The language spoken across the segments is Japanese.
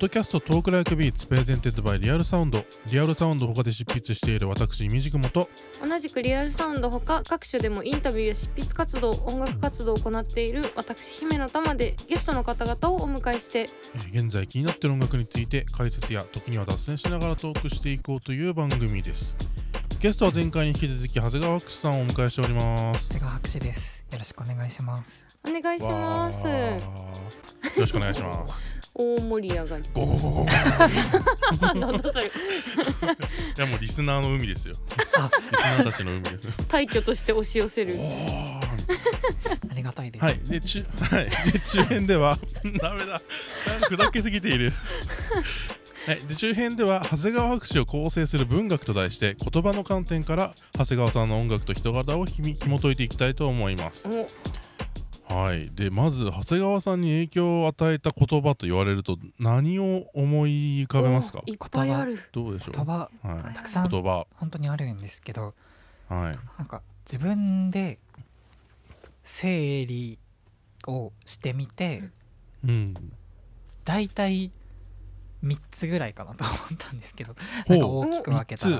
ドキャストトークライクビーツプレゼンテッドバイリアルサウンド。リアルサウンド他で執筆している私みじくもと、 同じくリアルサウンド他各種でもインタビューや執筆活動、音楽活動を行っている私姫の玉でゲストの方々をお迎えして、 現在気になっている音楽について解説や時には脱線しながらトークしていこうという番組です。ゲストは前回に引き続き長谷川博士さんをお迎えしております。 長谷川博士です。よろしくお願いします。 お願いします。 よろしくお願いします。 大盛り上がり。 ゴゴゴゴなんだそれ。 いやもうリスナーの海ですよ。リスナーたちの海です。 大挙として押し寄せる。 ありがたいです。 はい。で中編ではダメだ。砕けすぎている。はい、で中編では長谷川博士を構成する文学と題して言葉の観点から長谷川さんの音楽と人柄を紐解いていきたいと思います。はい。でまず長谷川さんに影響を与えた言葉と言われると何を思い浮かべますか？ いっぱいある。 どうでしょう？ 言葉、 はい、 たくさん言葉本当にあるんですけど、 はい、 なんか自分で整理をしてみて、だいたい3つぐらいかなと思ったんですけど、なんか大きく分けたら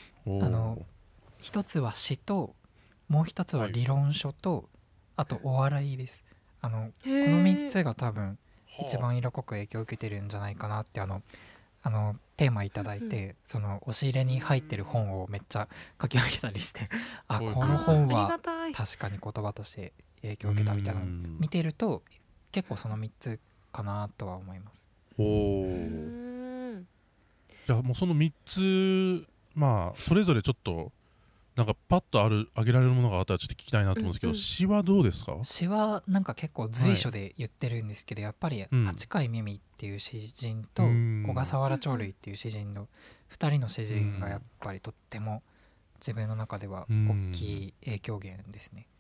一つは詩と、もう一つは理論書と、あとお笑いです。この3つが多分一番色濃く影響を受けてるんじゃないかなって、テーマいただいて、その押し入れに入ってる本をめっちゃ書き上げたりしてこの本は確かに言葉として影響を受けたみたいなのを見てると、結構その3つかなとは思います。 じゃあもうその3つ、まあそれぞれちょっとなんかパッと挙げられるものがあったらちょっと聞きたいなと思うんですけど、詩はどうですか？ 詩はなんか結構随所で言ってるんですけど、やっぱり八海ミミっていう詩人と小笠原鳥類っていう詩人の2人の詩人がやっぱりとっても自分の中では大きい影響源ですね。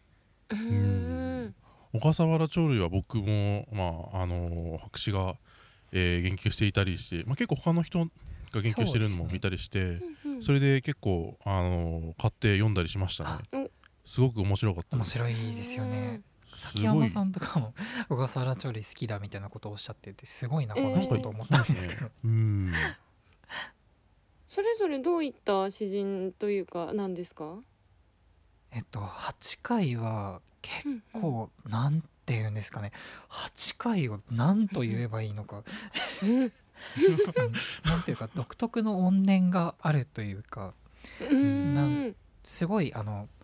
小笠原鳥類は僕も、博士が言及していたりして、結構他の人が言及してるのも見たりして、それで結構買って読んだりしましたね。すごく面白かった。 面白いですよね。崎山さんとかも小笠原鳥類好きだみたいなことをおっしゃってて、すごいなこの人と思ったんですけど、 それぞれどういった詩人というか何ですか 8回は結構なんて言うんですかね、8回を何と言えばいいのかなんていうか独特の怨念があるというか、すごい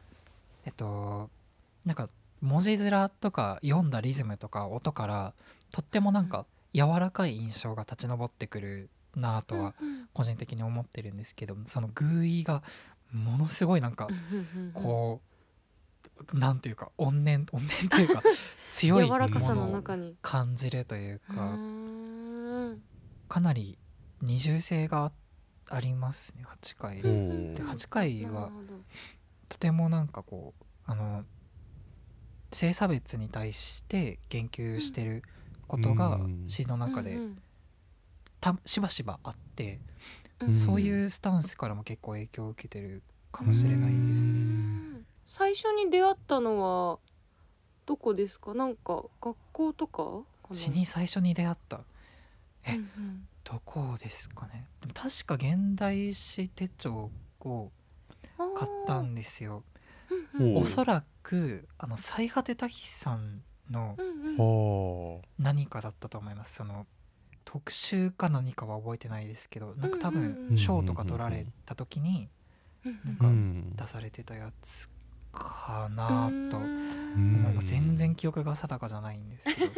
なんか文字面とか読んだリズムとか音からとってもなんか柔らかい印象が立ち上ってくるなとは個人的に思ってるんですけど、その寓意がものすごいなんかこうなんていうか怨念というか強いものを感じるというか、かなり二重性がありますね。8回で8回はとてもなんかこう性差別に対して言及してることが詩の中でしばしばあって、そういうスタンスからも結構影響を受けてるかもしれないですね。 最初に出会ったのはどこですか？なんか学校とかかな？ 詩に最初に出会ったどこですかね。でも確か現代詩手帳を買ったんですよ。おそらく最果てたきさんの何かだったと思います。その特集か何かは覚えてないですけど、なんか多分賞とか取られた時になんか出されてたやつかなと思います。全然記憶が定かじゃないんですけど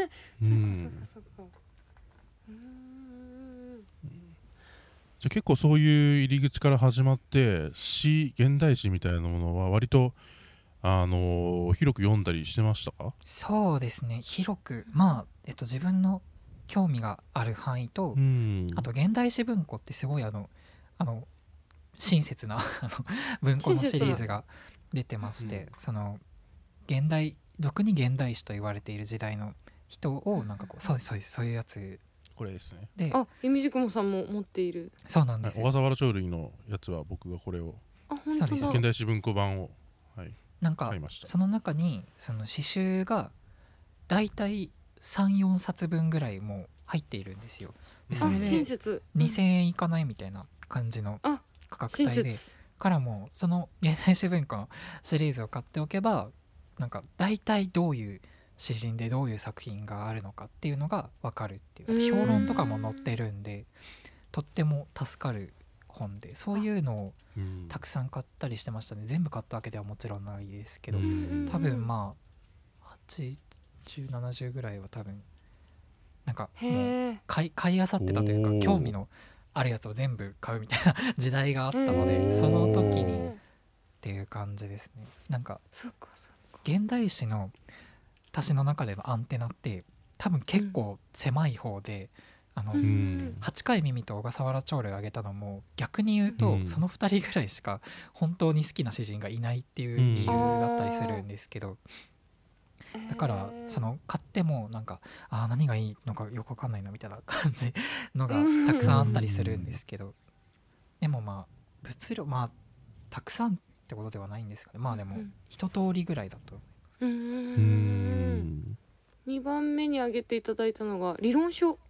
じゃあ結構そういう入り口から始まって詩、現代詩みたいなものは割と広く読んだりしてましたか？ そうですね、広く自分の興味がある範囲と、あと現代詩文庫ってすごい親切な文庫のシリーズが出てまして、その俗に現代詩と言われている時代の人をなんかこうそういうやつこれですね。 で、みじくもさんも持っている。 そうなんですよ。 小笠原鳥類のやつは僕がこれを現代詩文庫版を、 なんかその中にその詩集がだいたい 3,4 冊分ぐらいもう入っているんですよ。 でそれあ親で切 2000円いかないみたいな感じのあ価格親帯で切からもその現代詩文庫のシリーズを買っておけばなんか大体どういう詩人でどういう作品があるのかっていうのが分かるっていう評論とかも載ってるんでとっても助かる本でそういうのをたくさん買ったりしてましたね。全部買ったわけではもちろんないですけど多分まあ8070ぐらいは多分なんかもう買い漁ってたというか興味のあるやつを全部買うみたいな時代があったのでその時にっていう感じですね。なんかそっかそっか現代詩の私の中でのアンテナって多分結構狭い方で、8回耳と小笠原鳥類を挙げたのも逆に言うと、その2人ぐらいしか本当に好きな詩人がいないっていう理由だったりするんですけど、だからその買ってもなんか何がいいのかよくわかんないなみたいな感じのがたくさんあったりするんですけど、でもまあ物量たくさんってことではないんですけど、まあでも一通りぐらいだと思います。 2番目に挙げていただいたのが理論書はい、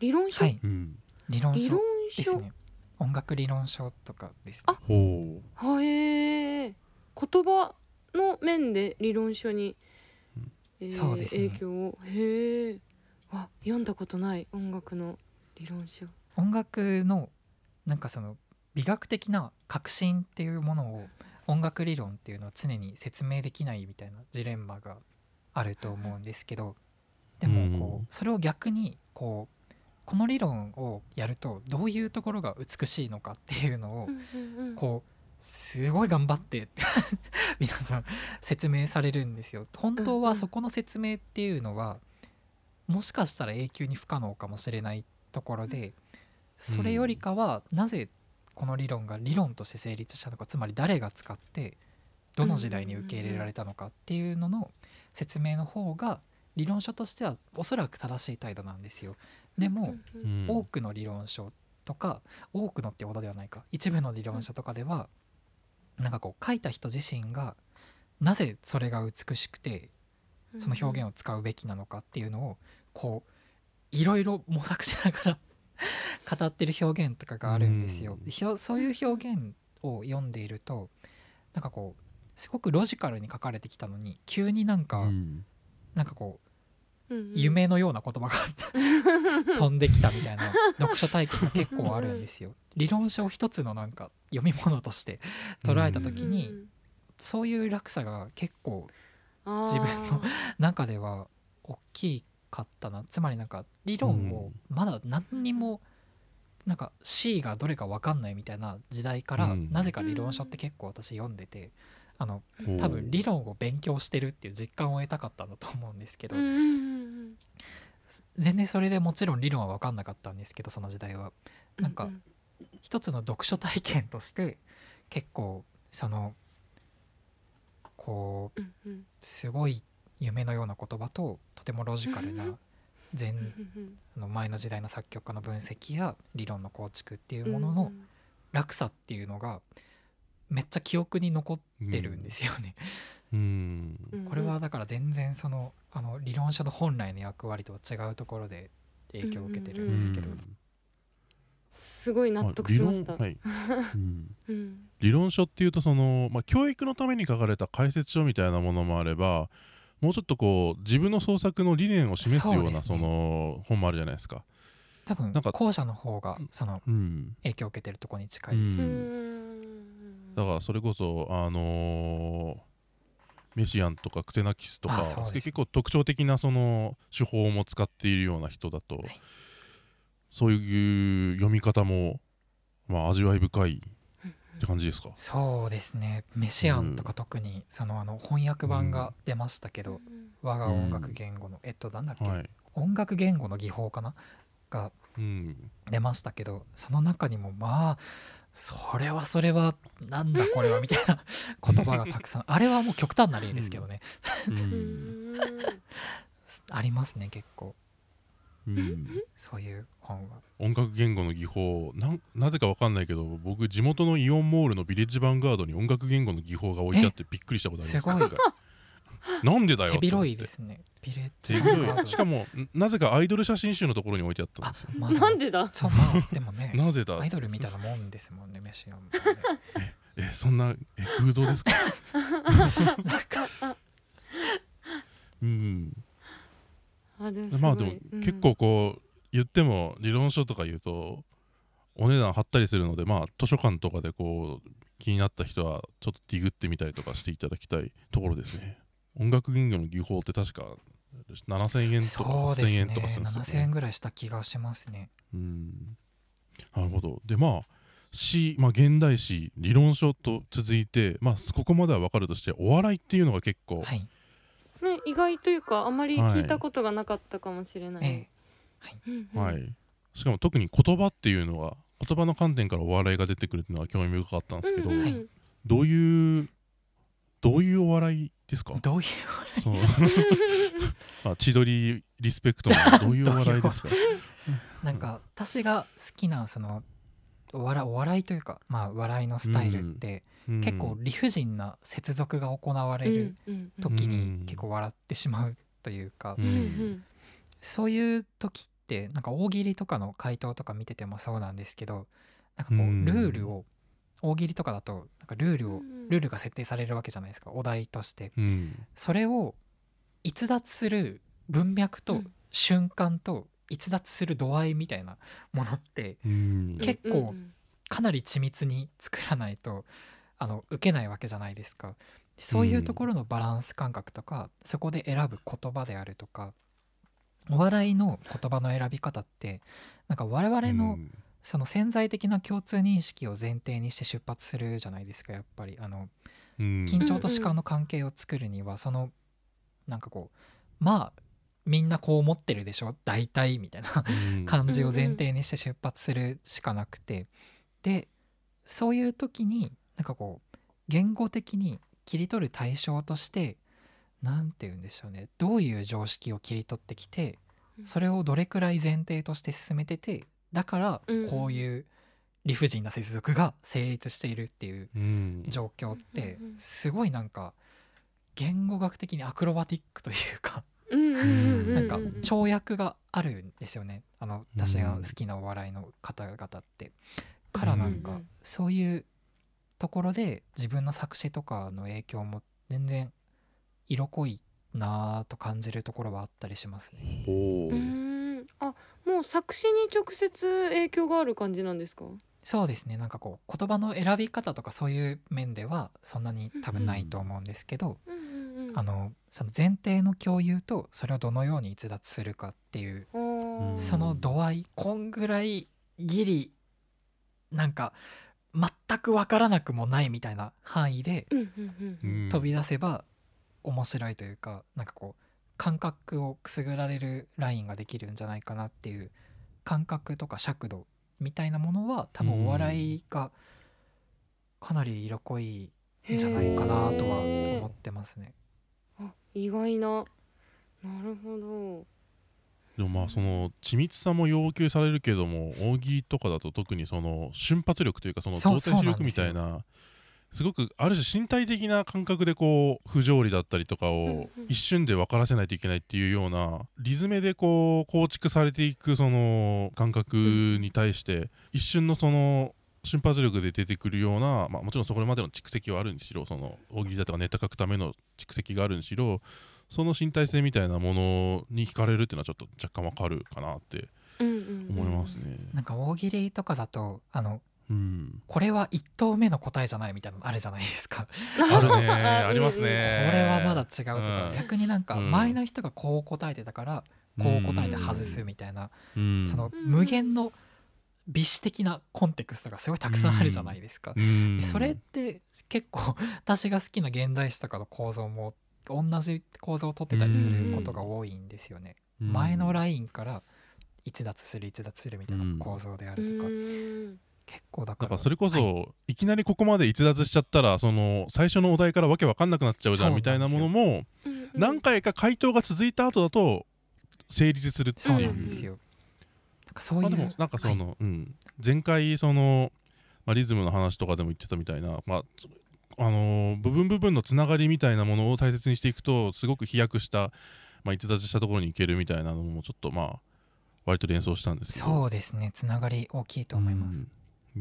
理論書ですね。音楽理論書とかですね。 へえ言葉の面で理論書に、 そうですね、 影響をへえ読んだことない音楽の理論書。 音楽のなんかその美学的な革新っていうものを音楽理論っていうのは常に説明できないみたいなジレンマがあると思うんですけど、でもこうそれを逆にこの理論をやるとどういうところが美しいのかっていうのをこうすごい頑張って皆さん説明されるんですよ。本当はそこの説明っていうのはもしかしたら永久に不可能かもしれないところで、それよりかはなぜこの理論が理論として成立したのか、つまり誰が使ってどの時代に受け入れられたのかっていうのの説明の方が理論書としてはおそらく正しい態度なんですよ。でも多くの理論書とか多くのっていうほどではないか一部の理論書とかではなんかこう書いた人自身がなぜそれが美しくてその表現を使うべきなのかっていうのをこういろいろ模索しながら語ってる表現とかがあるんですよ。そういう表現を読んでいるとなんかこうすごくロジカルに書かれてきたのに急になんかこう夢のような言葉が飛んできたみたいな読書体験が結構あるんですよ。理論書を一つのなんか読み物として捉えた時にそういう落差が結構自分の中では大きかったな。つまりなんか理論をまだ何にもなんか C がどれか分かんないみたいな時代からなぜか理論書って結構私読んでて多分理論を勉強してるっていう実感を得たかったんだと思うんですけど、全然それでもちろん理論は分かんなかったんですけどその時代はなんか一つの読書体験として結構そのこうすごい夢のような言葉ととてもロジカルな前の時代の作曲家の分析や理論の構築っていうものの落差っていうのがめっちゃ記憶に残ってるんですよね。これはだから全然理論書の本来の役割とは違うところで影響を受けてるんですけど、 すごい納得しました。 理論書っていうと教育のために書かれた解説書みたいなものもあればもうちょっとこう自分の創作の理念を示すようなその本もあるじゃないですか。 多分後者の方がその影響を受けてるところに近いです。 だからそれこそメシアンとかクセナキスとか結構特徴的なその手法も使っているような人だと、そういう読み方も味わい深いって感じですか。 そうですね。メシアンとか特に翻訳版が出ましたけど、我が音楽言語のなんだっけ、音楽言語の技法かなが出ましたけど、その中にもそれはなんだこれはみたいな言葉がたくさんあれはもう極端な例ですけどねありますね結構。そういう本は音楽言語の技法なぜか分かんないけど僕地元のイオンモールのビレッジヴァンガードに音楽言語の技法が置いてあってびっくりしたことあります。 すごいなんでだよ手広いですね。ビレッジ手ヴァンガード広いしかもなぜかアイドル写真集のところに置いてあったんですよ。 まだなんでだ。 そうまあでもねなぜだアイドルみたいなもんですもんね、メシアもね。 そんな偶像ですかうんあでもすごいまあでも、結構こう言っても理論書とか言うとお値段張ったりするので、まあ図書館とかでこう気になった人はちょっとディグってみたりとかしていただきたいところですね。音楽言語の技法って確か7000円とか8000 そうですね円とかするんです 7000 よね。 円ぐらいした気がしますね。 なるほど。でまあ現代詩理論書と続いて、ここまでは分かるとしてお笑いっていうのが結構、 はいね、意外というかあまり聞いたことがなかったかもしれない。 しかも特に言葉っていうのが言葉の観点からお笑いが出てくるっていうのは興味深かったんですけど、どういうお笑いですか？ どういうそう千鳥リスペクトのどういうお笑いですか？ なんか私が好きなそのお笑いというか、笑いのスタイルって、結構理不尽な接続が行われる時に結構笑ってしまうというか、そういう時ってなんか大喜利とかの回答とか見ててもそうなんですけど、なんかこうルールを大喜利とかだとなんかルールが設定されるわけじゃないですか、お題として。それを逸脱する文脈と瞬間と逸脱する度合いみたいなものって結構かなり緻密に作らないと受けないわけじゃないですか。そういうところのバランス感覚とか、そこで選ぶ言葉であるとか、お笑いの言葉の選び方ってなんか我々のその潜在的な共通認識を前提にして出発するじゃないですか。やっぱり緊張と弛緩の関係を作るにはそのなんかこうみんなこう思ってるでしょ大体みたいな感じを前提にして出発するしかなくて、でそういう時になんかこう言語的に切り取る対象としてなんて言うんでしょうね、どういう常識を切り取ってきてそれをどれくらい前提として進めてて、だからこういう理不尽な接続が成立しているっていう状況ってすごいなんか言語学的にアクロバティックというかなんか跳躍があるんですよね、私が好きなお笑いの方々ってからなんかそういうところで自分の作詞とかの影響も全然色濃いなぁと感じるところはあったりしますね。 もう作詞に直接影響がある感じなんですか？ そうですね、なんかこう言葉の選び方とかそういう面ではそんなに多分ないと思うんですけど、その前提の共有とそれをどのように逸脱するかっていうその度合い、こんぐらいギリなんか全く分からなくもないみたいな範囲で飛び出せば面白いというか、なんかこう感覚をくすぐられるラインができるんじゃないかなっていう感覚とか尺度みたいなものは多分お笑いがかなり色濃いんじゃないかなとは思ってますね。 意外な。なるほど。 でもその緻密さも要求されるけども、大喜利とかだと特にその瞬発力というかその動体視力みたいなすごくある種身体的な感覚でこう不条理だったりとかを一瞬で分からせないといけないっていうようなリズムでこう構築されていくその感覚に対して一瞬のその瞬発力で出てくるような、もちろんそこまでの蓄積はあるにしろ、その大喜利だとかネタ書くための蓄積があるにしろ、その身体性みたいなものに惹かれるっていうのはちょっと若干わかるかなって思いますね。 なんか大喜利とかだとこれは1投目の答えじゃないみたいなのあるじゃないですか。 あるねありますね。 これはまだ違うとか、逆になんか周りの人がこう答えてたからこう答えて外すみたいな、その無限の美詞的なコンテクストがすごいたくさんあるじゃないですか。それって結構私が好きな現代詩とかの構造も同じ構造をとってたりすることが多いんですよね。前のラインから逸脱するみたいな構造であるとか、結構だからそれこそ、いきなりここまで逸脱しちゃったらその最初のお題からわけわかんなくなっちゃうじゃんみたいなものも何回か回答が続いた後だと成立するっていう。 そうなんですよ。そういうでもなんかその、前回その、リズムの話とかでも言ってたみたいな、こ部分部分のつながりみたいなものを大切にしていくとすごく飛躍した、逸脱したところに行けるみたいなのもちょっと割と連想したんですけど。 そうですね、つながり大きいと思います。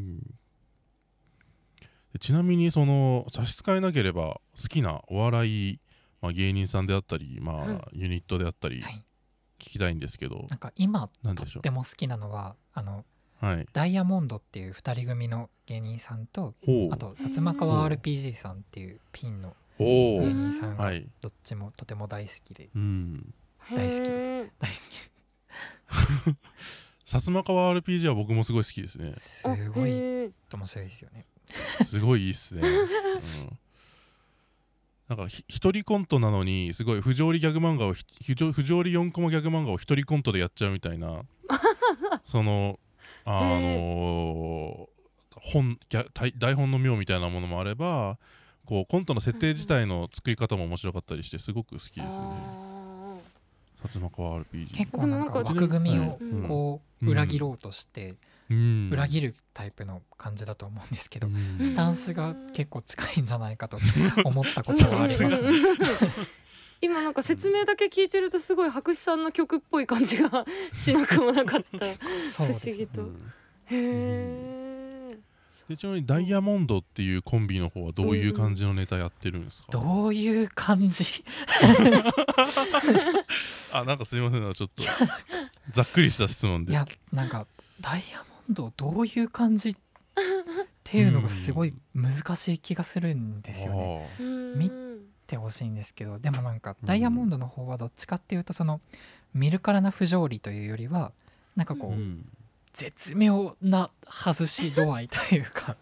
でちなみにその差し支えなければ好きなお笑い、芸人さんであったり、ユニットであったり、 はい、 聞きたいんですけど。 なんか今なんでしょう。 とっても好きなのははい、 ダイヤモンドっていう2人組の芸人さんと、 ほうあと薩摩川 RPG さんっていうピンのほう芸人さんがはいどっちもとても大好きで、 うん大好きですへー大好薩摩川 RPG は僕もすごい好きですね。 きすごいへー面白いですよね。 すごいいいっすね、なんか一人コントなのにすごい不条理ギャグ漫画を不条理4コマギャグ漫画を一人コントでやっちゃうみたいなその台本の妙みたいなものもあれば、こうコントの設定自体の作り方も面白かったりしてすごく好きですね。薩摩川 RPG 結構なんか枠組みをこう裏切ろうとして裏切るタイプの感じだと思うんですけど、スタンスが結構近いんじゃないかと思ったことはありますね。 今なんか説明だけ聞いてるとすごい博士さんの曲っぽい感じがしなくもなかったそうですね。 不思議と。へえ。 でちなみにダイヤモンドっていうコンビの方はどういう感じのネタやってるんですか？ どういう感じなんかすいません、ちょっとざっくりした質問で。 いやなんかダイヤモンドどういう感じっていうのがすごい難しい気がするんですよね。見てほしいんですけど、でもなんかダイヤモンドの方はどっちかっていうとその見るからな不条理というよりはなんかこう、絶妙な外し度合いというか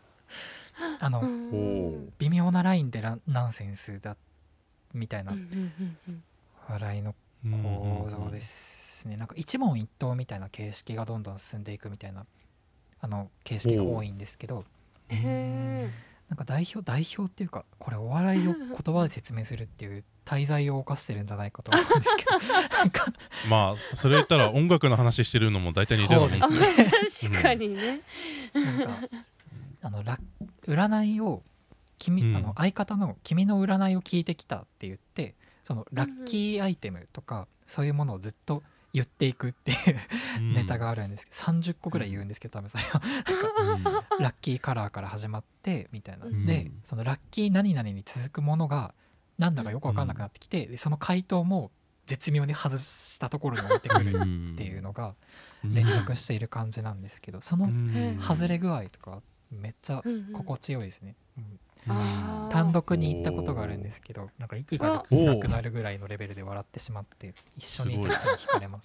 微妙なラインでナンセンスだみたいな笑いの構造ですね。なんか一問一答みたいな形式がどんどん進んでいくみたいな形式が多いんですけど、なんか代表っていうかこれお笑いを言葉で説明するっていう大罪を犯してるんじゃないかと思うんですけどなんかそれ言ったら音楽の話してるのも大体似てるもんですね。 確かにね。 なんか占いを相方の君の占いを聞いてきたって言ってそのラッキーアイテムとかそういうものをずっと言っていくっていうネタがあるんですけど、30個ぐらい言うんですけど多分それはラッキーカラーから始まってみたいな、でそのラッキー何々に続くものがなんだかよく分かんなくなってきて、でその回答も絶妙に外したところに置いてくるっていうのが連続している感じなんですけど、その外れ具合とかめっちゃ心地よいですね。単独に行ったことがあるんですけど、なんか息がなくなるぐらいのレベルで笑ってしまって一緒にいた人に惹かれま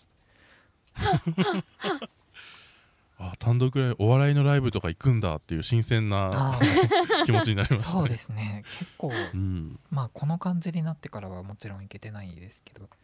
した単独でお笑いのライブとか行くんだっていう新鮮な気持ちになりましたね。 そうですね、結構、この感じになってからはもちろん行けてないですけど、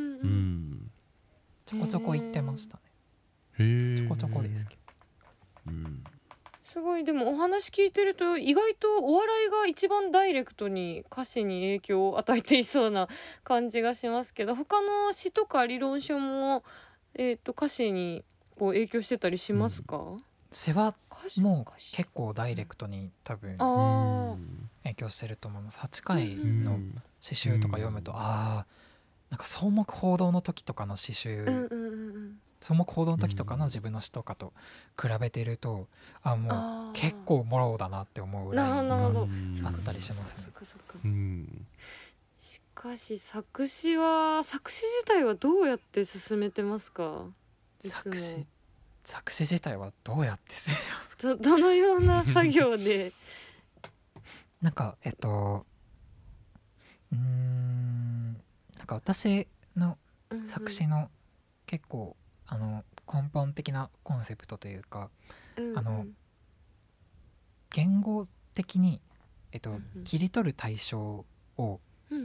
ちょこちょこ行ってましたね。ちょこちょこですけど、 すごい。でもお話聞いてると意外とお笑いが一番ダイレクトに歌詞に影響を与えていそうな感じがしますけど、他の詩とか理論書も、歌詞にこう影響してたりしますか？ 詩はもう結構ダイレクトに多分影響してると思います。8回の詩集とか読むと、なんか草木報道の時とかの詩集、草木報道の時とかの自分の詩とかと比べてるともう結構もろだなって思うラインがあったりしますね。 しかし作詞自体はどうやって進めてますか？ 作詞自体はどうやって進めてますか？ どのような作業でなんかなんか私の作詞の結構根本的なコンセプトというか、言語的に、切り取る対象を、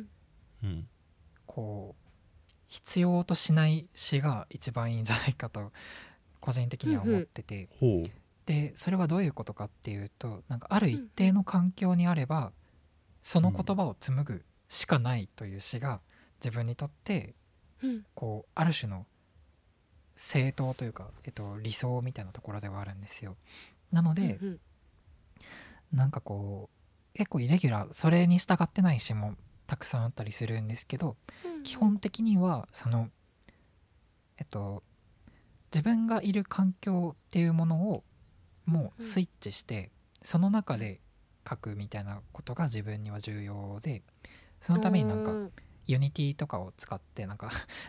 こう必要としない詩が一番いいんじゃないかと個人的には思ってて、でそれはどういうことかっていうと、なんかある一定の環境にあればその言葉を紡ぐしかないという詩が自分にとってこうある種の正当というか、理想みたいなところではあるんですよ。なので、なんかこう結構イレギュラー、それに従ってない詩もたくさんあったりするんですけど、基本的にはその自分がいる環境っていうものをもうスイッチしてその中で書くみたいなことが自分には重要で、そのためになんかユニティとかを使ってなんか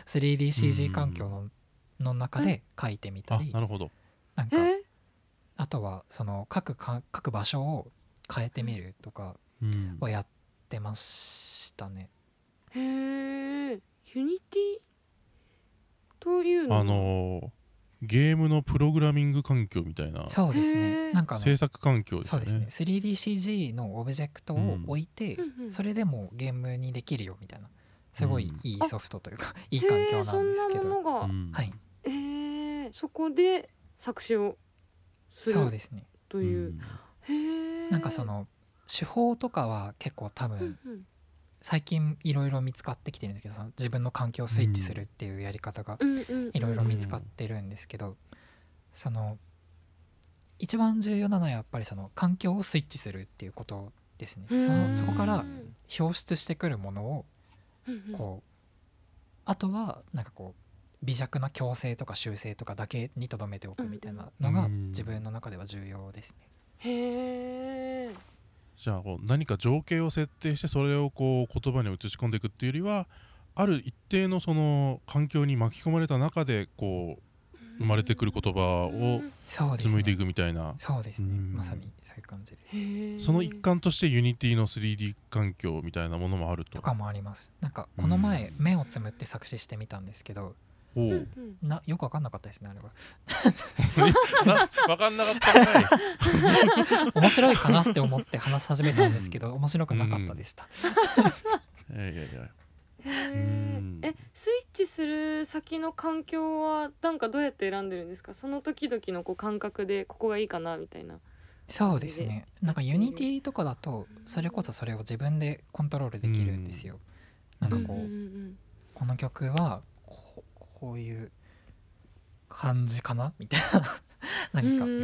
3DCG 環境の中で書いてみたり、 なるほど。 なんかあとはその書く場所を変えてみるとかをやってましたね。 へえ、ユニティというのはゲームのプログラミング環境みたいな。 そうですね。なんか制作環境ですね。 そうですね。3DCG のオブジェクトを置いて、それでもゲームにできるよみたいな、すごいいいソフトというか、いい環境なんですけど、 そんなものが、 はい、 そこで作詞をするそうですね。 という、 なんかその手法とかは結構多分最近いろいろ見つかってきてるんですけど、その自分の環境をスイッチするっていうやり方がいろいろ見つかってるんですけど、その一番重要なのはやっぱりその環境をスイッチするっていうことですね。そこから表出してくるものをこう、あとはなんかこう微弱な矯正とか修正とかだけにとどめておくみたいなのが自分の中では重要ですね。 へー。 じゃあこう何か情景を設定してそれをこう言葉に移し込んでいくっていうよりは、ある一定のその環境に巻き込まれた中でこう生まれてくる言葉を紡いでいくみたいな。 そうですね、まさにそういう感じです。 その一環としてユニティの 3D 環境みたいなものもあるとかもあります。なんかこの前目をつむって作詞してみたんですけど、よく分かんなかったですね、あれは。分かんなかったのかい。 面白いかなって思って話し始めたんですけど、面白くなかったでした。 いやいやいや。 スイッチする先の環境はなんかどうやって選んでるんですか？その時々のこう感覚でここがいいかなみたいな。 そうですね。なんかユニティとかだとそれこそそれを自分でコントロールできるんですよ。なんかこう、この曲はこういう感じかなみたいな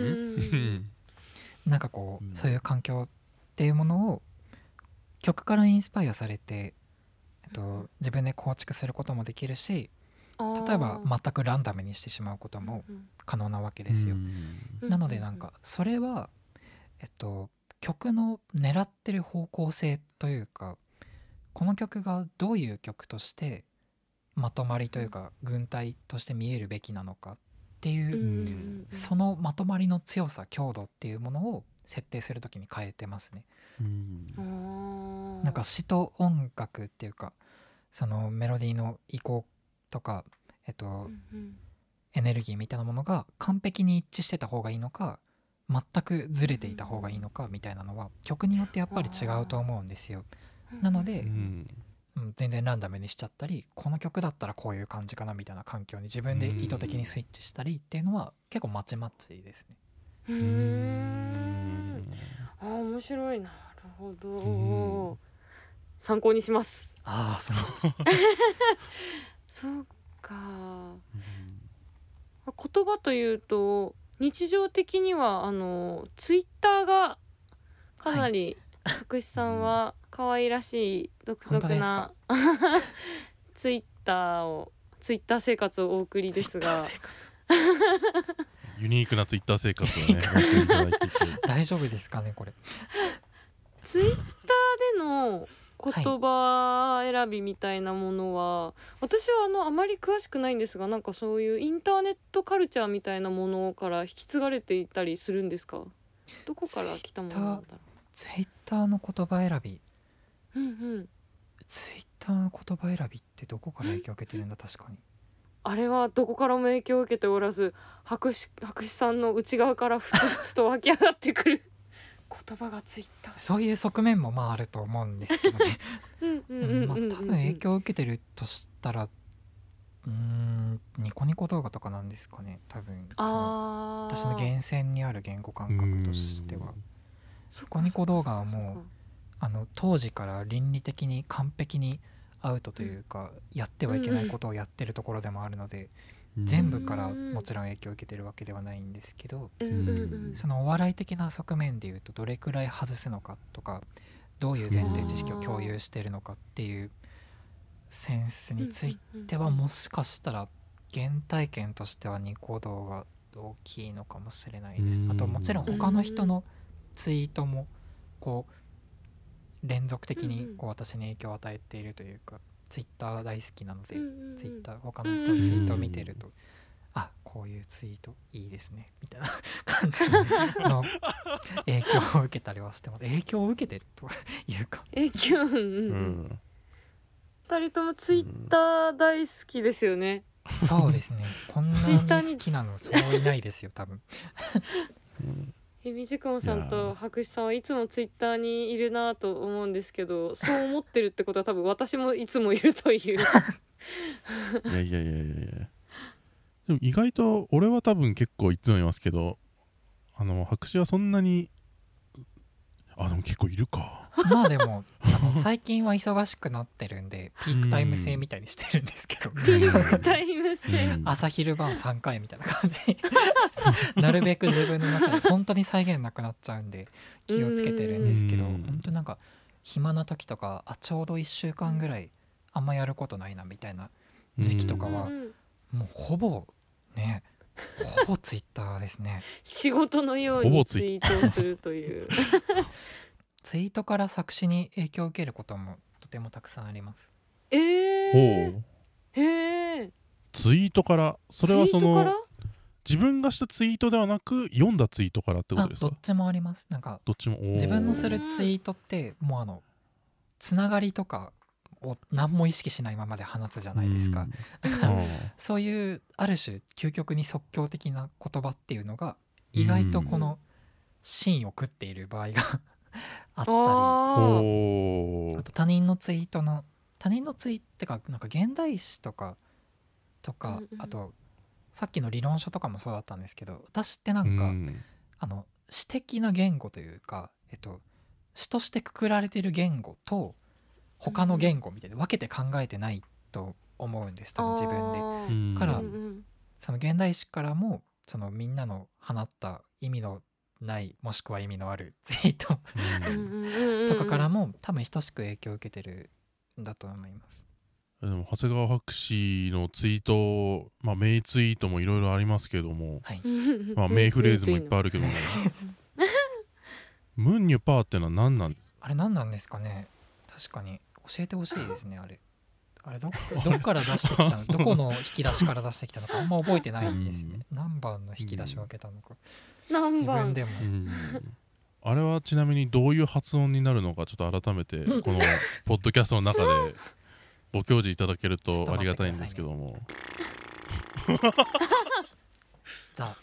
なんかこうそういう環境っていうものを曲からインスパイアされて自分で構築することもできるし、例えば全くランダムにしてしまうことも可能なわけですよ。なのでなんかそれは曲の狙ってる方向性というか、この曲がどういう曲としてまとまりというか群体として見えるべきなのかっていう、そのまとまりの強さ強度っていうものを設定するときに変えてますね。なんか詩と音楽っていうか、そのメロディーの移行とかエネルギーみたいなものが完璧に一致してた方がいいのか、全くずれていた方がいいのかみたいなのは曲によってやっぱり違うと思うんですよ。なので全然ランダムにしちゃったり、この曲だったらこういう感じかなみたいな環境に自分で意図的にスイッチしたりっていうのは結構まちまちですね。 面白い。なるほど、参考にします。そうか。言葉というと日常的にはツイッターがかなり福士さんは可愛らしい独特なツイッター生活をお送りですが、 ユニークなツイッター生活をねやっていただいて大丈夫ですかねこれ。 ツイッターでの言葉選びみたいなものは、私はあまり詳しくないんですが、なんかそういうインターネットカルチャーみたいなものから引き継がれていたりするんですか？どこから来たものなんだろう。 ツイッターの言葉選び、ツイッターの言葉選びってどこから影響を受けてるんだ。確かにあれはどこからも影響を受けておらず、博士さんの内側からふつふつと湧き上がってくる言葉がツイッター。 そういう側面もあると思うんですけどね。多分影響を受けてるとしたらニコニコ動画とかなんですかね。多分私の源泉にある言語感覚としてはニコニコ動画はもう当時から倫理的に完璧にアウトというか、やってはいけないことをやってるところでもあるので、全部からもちろん影響を受けてるわけではないんですけど、そのお笑い的な側面でいうとどれくらい外すのかとか、 どういう前提知識を共有しているのかっていうセンスについてはもしかしたら原体験としてはニコ動が大きいのかもしれないです。あともちろん他の人のツイートもこう連続的にこう私に影響を与えているというか、ツイッター大好きなのでツイッター他の人のツイートを見てると、あ、こういうツイートいいですねみたいな感じの影響を受けたりはしてます。影響を受けてるというか影響、2人ともツイッター大好きですよね。 そうですね、こんなに好きなのそういないですよ多分。 みじくもさんと白石さんはいつもツイッターにいるなと思うんですけど、そう思ってるってことは多分私もいつもいるといういやいやいやいやいや、でも意外と俺は多分結構いつもいますけど、白紙はそんなに、でも結構いるか。 まあでも最近は忙しくなってるんでピークタイム制みたいにしてるんですけど、 ピークタイム制、 朝昼晩3回みたいな感じなるべく自分の中で本当に再現なくなっちゃうんで気をつけてるんですけど、本当なんか暇な時とかちょうど1週間ぐらいあんまやることないなみたいな時期とかはもうほぼツイッターですね。 仕事のようにツイートをするというツイートから作詞に影響を受けることもとてもたくさんあります。 ほう。 へえ。 ツイートから、それはそツイートからの自分がしたツイートではなく読んだツイートからってことですか？ どっちもあります。なんかどっちも。 自分のするツイートってもうつながりとかを何も意識しないままで放つじゃないですか。だからそういうある種究極に即興的な言葉っていうのが意外とこの芯を食っている場合があったり、あと他人のツイートってかなんか現代詩とかあとさっきの理論書とかもそうだったんですけど、私ってなんか詩的な言語というか詩としてくくられている言語と他の言語みたいで分けて考えてないと思うんです、多分自分で。からその現代詩からもそのみんなの放った意味のないもしくは意味のあるツイートとかからも多分等しく影響を受けてるんだと思います。 でも長谷川博士のツイート、名ツイートもいろいろありますけども、 はい、 名フレーズもいっぱいあるけどもムンニュパーってのは何なんですか？ あれ何なんですかね。確かに教えてほしいですね。あれどっから出してきたのどこの引き出しから出してきたのかあんま覚えてないんですよね。何番の引き出しを開けたのか自分でもあれはちなみにどういう発音になるのかちょっと改めてこのポッドキャストの中でご教示いただけるとありがたいんですけどもザ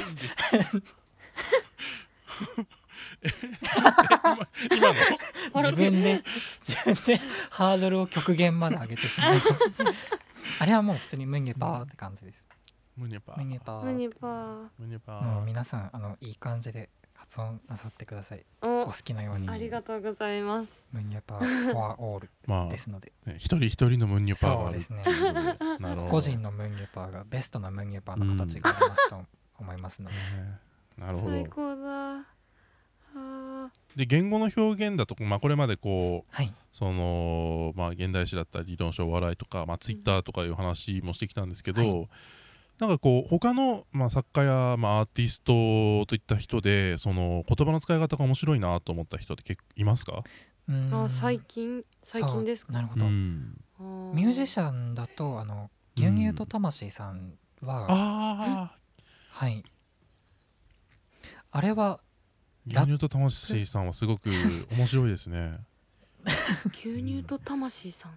今の自分でハードルを極限まで上げてしまいましたあれはもう普通にムニュパーって感じです。 ムニュパームニュパーもう皆さんいい感じで発音なさってください。お好きなように。 ありがとうございます。 ムニュパーフォアオールですので、 一人一人のムニュパーがある。 そうですね個人のムニュパーがベストなムニュパーの形がありますと思いますので、 なるほど。 最高だ。 で言語の表現だと、これまでこう、 はい、 その現代詩だったり理論書お笑いとか、ツイッターとかいう話もしてきたんですけど、なんかこう他の、作家や、アーティストといった人でその言葉の使い方が面白いなと思った人って結構いますか？ 最近ですか？ なるほど。ミュージシャンだと牛乳と魂さんは、はい、あれは牛乳と魂さんはすごく面白いですね牛乳と魂さん、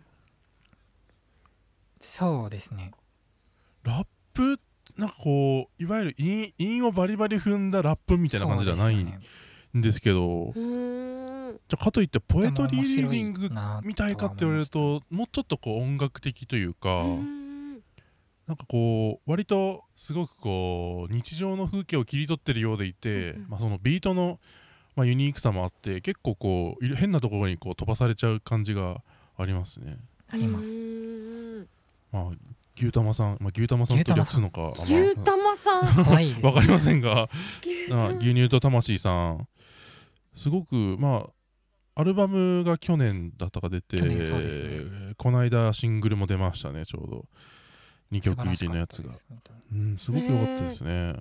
そうですね。 ラップなんかこういわゆる韻をバリバリ踏んだラップみたいな感じじゃないんですけど、じゃかといってポエトリーリーディングみたいかって言われるともうちょっとこう音楽的というか、なんかこう割とすごくこう日常の風景を切り取ってるようでいて、そのビートのユニークさもあって結構こう変なところにこう飛ばされちゃう感じがありますね。 あります。 牛玉さん、牛玉さんと略すのか牛玉さん可愛いですね。 わかりませんが牛乳と魂さんすごくアルバムが去年だったか出て、 去年そうですねこの間シングルも出ましたね、ちょうど2曲入りのやつが。 素晴らしかったです本すごく良かったですね。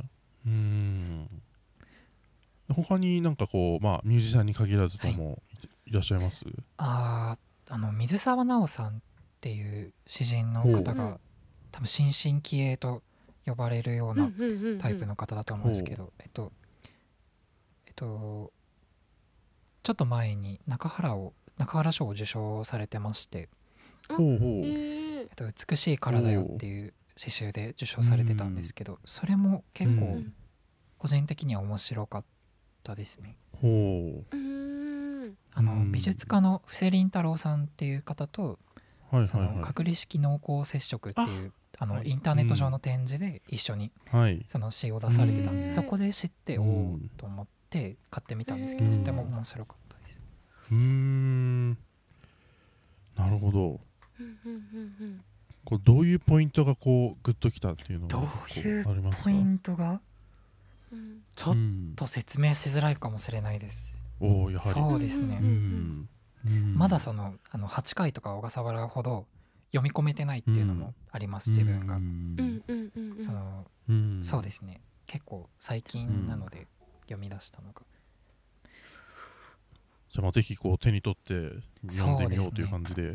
他になんかこう、まあ、ミュージシャンに限らずともいらっしゃいます？ 水沢奈緒さんっていう詩人の方が多分新進気鋭と呼ばれるようなタイプの方だと思うんですけど、ちょっと前に中原賞を受賞されてまして、美しい体よっていう詩集で受賞されてたんですけど、それも結構個人的には面白かったですね。美術家の布施凛太郎さんっていう方と、その隔離式濃厚接触っていうインターネット上の展示で一緒にその詩を出されてたんで、そこで知っておおと思って買ってみたんですけど、とても面白かったです。 なるほど。こうどういうポイントがこうグッときたっていうのがどういうありますか？ ポイントがちょっと説明しづらいかもしれないです。 やはりそうですね。まだその8回とか小笠原ほど読み込めてないっていうのもあります、自分が。そうですね。結構最近なので読み出したのが。 じゃあまあぜひこう手に取って読んでみようという感じで。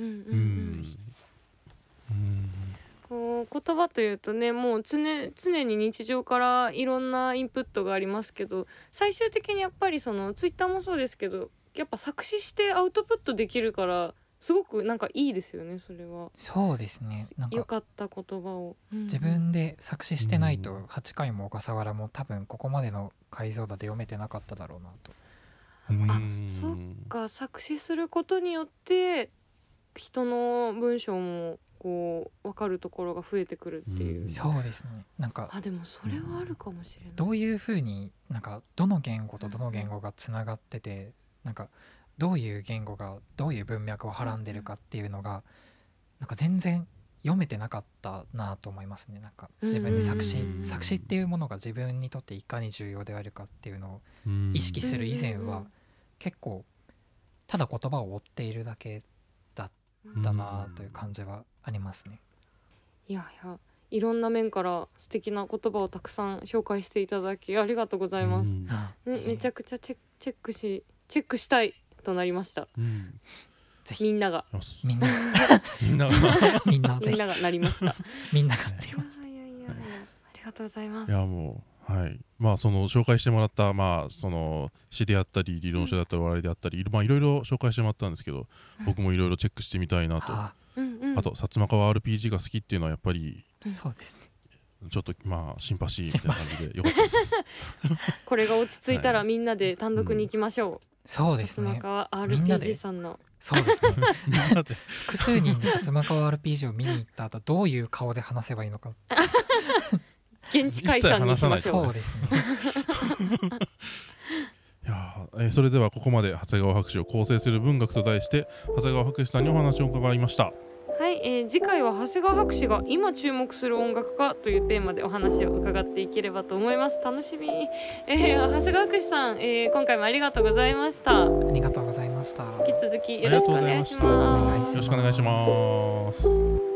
こう言葉というとね、もう常に日常からいろんなインプットがありますけど、最終的にやっぱりそのツイッターもそうですけど、やっぱ作詞してアウトプットできるからすごくなんかいいですよね。それはそうですね。なんかよかった言葉を、 自分で作詞してないと8回も小笠原も多分ここまでの解像度で読めてなかっただろうなと思います。 そっか、作詞することによって人の文章もこう分かるところが増えてくるっていう。 そうですね。なんかでもそれはあるかもしれない。 どういうふうになんかどの言語とどの言語がつながってて、なんかどういう言語がどういう文脈をはらんでるかっていうのがなんか全然読めてなかったなと思いますね。なんか自分で作詞っていうものが自分にとっていかに重要であるかっていうのを意識する以前は結構ただ言葉を追っているだけだったなという感じはありますね。 いろんな面から素敵な言葉をたくさん紹介していただきありがとうございます。めちゃくちゃチェックしたいとなりました。 ぜひみんながみんななりました。 みんながなりました。 ありがとうございます。 いやもうまあその紹介してもらったまあその詩であったり理論書であったり笑いであったり、まあいろいろ紹介してもらったんですけど、僕もいろいろチェックしてみたいなと。あと薩摩川 RPG が好きっていうのはやっぱりそうですね。 ちょっとまあシンパシーみたいな感じでよかったです。 これが落ち着いたらみんなで単独に行きましょう。 そうですね。 薩摩川 RPG さんの。 そうですね。複数人で薩摩川 RPG を見に行った後どういう顔で話せばいいのか。 現地解散にしましょう。 そうですね。 それではここまで長谷川博士を構成する文学と題して長谷川博士さんにお話を伺いました。 次回は長谷川博士が今注目する音楽家というテーマでお話を伺っていければと思います。楽しみ。長谷川博士さん、今回もありがとうございました。 ありがとうございました。 引き続きよろしくお願いします。 よろしくお願いします。